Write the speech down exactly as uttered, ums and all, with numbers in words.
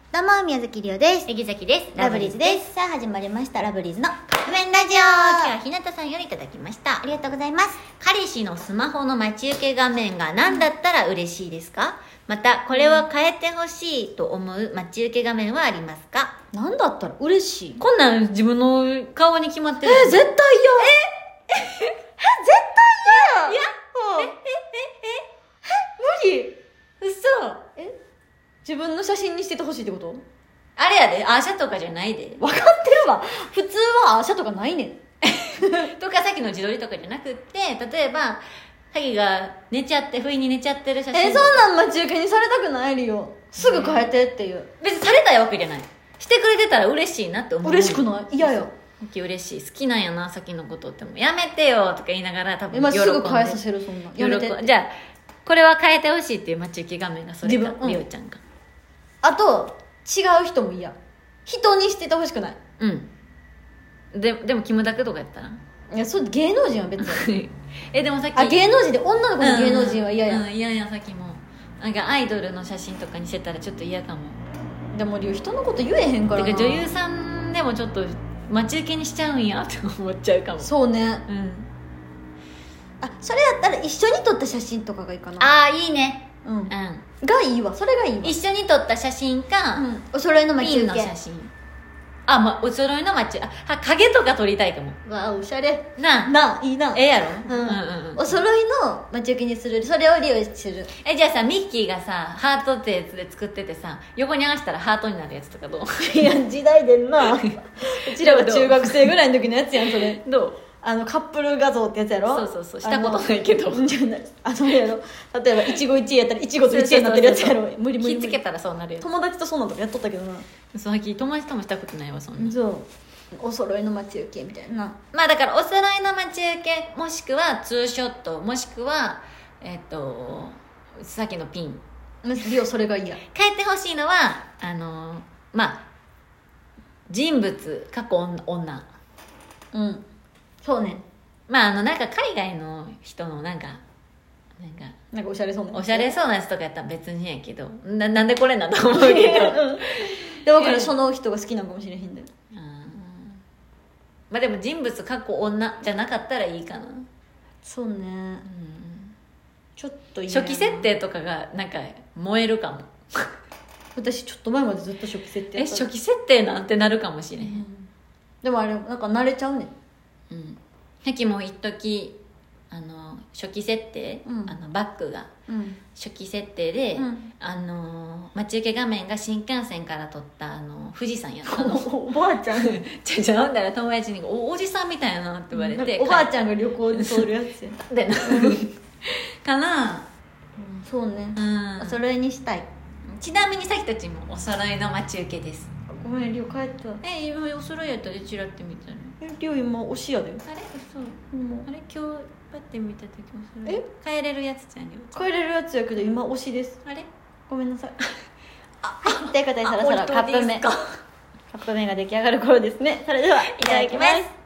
どうも宮崎りおです。 えぎざきです。 ラブリーズです。さあ始まりましたラブリーズのカップ麺ラジオ。 今日はひなたさんよりいただきました。 ありがとうございます。 彼氏のスマホの待ち受け画面が何だったら嬉しいですか？またこれは変えてほしいと思う待ち受け画面はありますか？ なんだったら嬉しい。 こんなん自分の顔に決まってる。 えー、絶対嫌。えええ絶対嫌。 いや、 うん、 えええ無理。嘘。 え自分の写真にしててほしいってこと？ あれやで、アーシャとかじゃないで。 分かってるわ。普通はアーシャとかないねん。 とかさっきの自撮りとかじゃなくって、例えばハギが寝ちゃって不意に寝ちゃってる写真。 えそんなん待ち受けにされたくないりよ。すぐ変えてっていう、 別にされたいわけじゃない。してくれてたら嬉しいなって思う。 嬉しくない？嫌よ。 嬉しい、好きなんやなさっきのことってもやめてよとか言いながら多分今喜んですぐ変えさせる。そんなやめてって。 じゃあこれは変えてほしいっていう待ち受け画面がそれか、 自分、うん、 りおちゃんが。 あと違う人も嫌。人にしててほしくない。 うんででもキムタクとかやったらいやそう芸能人は別にえでもさっきあ芸能人で女の子の芸能人は嫌や、 うん、嫌、うん、やさっきもなんかアイドルの写真とかにしてたらちょっと嫌かも。 でもりょう人のこと言えへんからな。 てか女優さんでもちょっと待ち受けにしちゃうんやって思っちゃうかも。 そうね。 うんあそれやったら一緒に撮った写真とかがいいかな。 ああいいね。 うん、うん、 がいいわ。それがいいわ。 一緒に撮った写真か、 うん、お揃いの待ちピン受けの写真。あ、まあ、お揃いの待ちあは影とか撮りたいかも。 わあおしゃれなあなあいいな。 ええやろ、 うん、 うんうんうん、 お揃いの待ち受けにする。それを利用する。 えじゃあさミッキーがさハートってやつで作っててさ横に合わせたらハートになるやつとかどう？ いや時代でんなうちらが中学生ぐらいの時のやつやんそれ。 どう？ あのカップル画像ってやつやろ。 そうそうそうしたことないけど。 じゃないあそれやろ。例えば一期一会やったら一期と一会になってるやつやろ。無理無理無理。 気つけたらそうなるよ。 友達とそんなのやっとったけどな。 さっき友達ともしたことないわそんな。 そうお揃いの待ち受けみたいな。 まあだからお揃いの待ち受けもしくはツーショットもしくはえっとさっきのピン。 リオそれが嫌。 変えてほしいのはあのまあ人物過去女。 うんそうね。 まああのなんか海外の人のなんかなんかなんかおしゃれそうなおしゃれそうなやつとかやったら別にやけど な, なんでこれなんだと思うけどでもからその人が好きなのかもしれへんで。 まあでも人物過去女じゃなかったらいいかな。 そうね、うん、ちょっといい初期設定とかがなんか燃えるかも私ちょっと前までずっと初期設定え初期設定なんてなるかもしれへん、うん、 でもあれなんか慣れちゃうねん。 うんさっきも一時あの初期設定、うん、あのバッグが、うん、初期設定で、うん、あの待ち受け画面が新幹線から撮ったあの富士山やったのおばあちゃんちゃちゃほんだら友達にお「おじさんみたいやな」って言われて、 うん、おばあちゃんが旅行で通るやつやでなかな、 うん、そうね、うん、お揃いにしたい。 ちなみにさきたちもお揃いの待ち受けです。 ごめんリオ帰った。 え今お揃いやったでチラって見たらえリオ今推しやで。 あれそう、うん、あれ今日パッて見た時お揃いえ帰れるやつじゃん。 帰れるやつやけど今推しです。 あれごめんなさいあということでそろそろカップ麺カップ麺が出来上がる頃ですね。それではいただきます。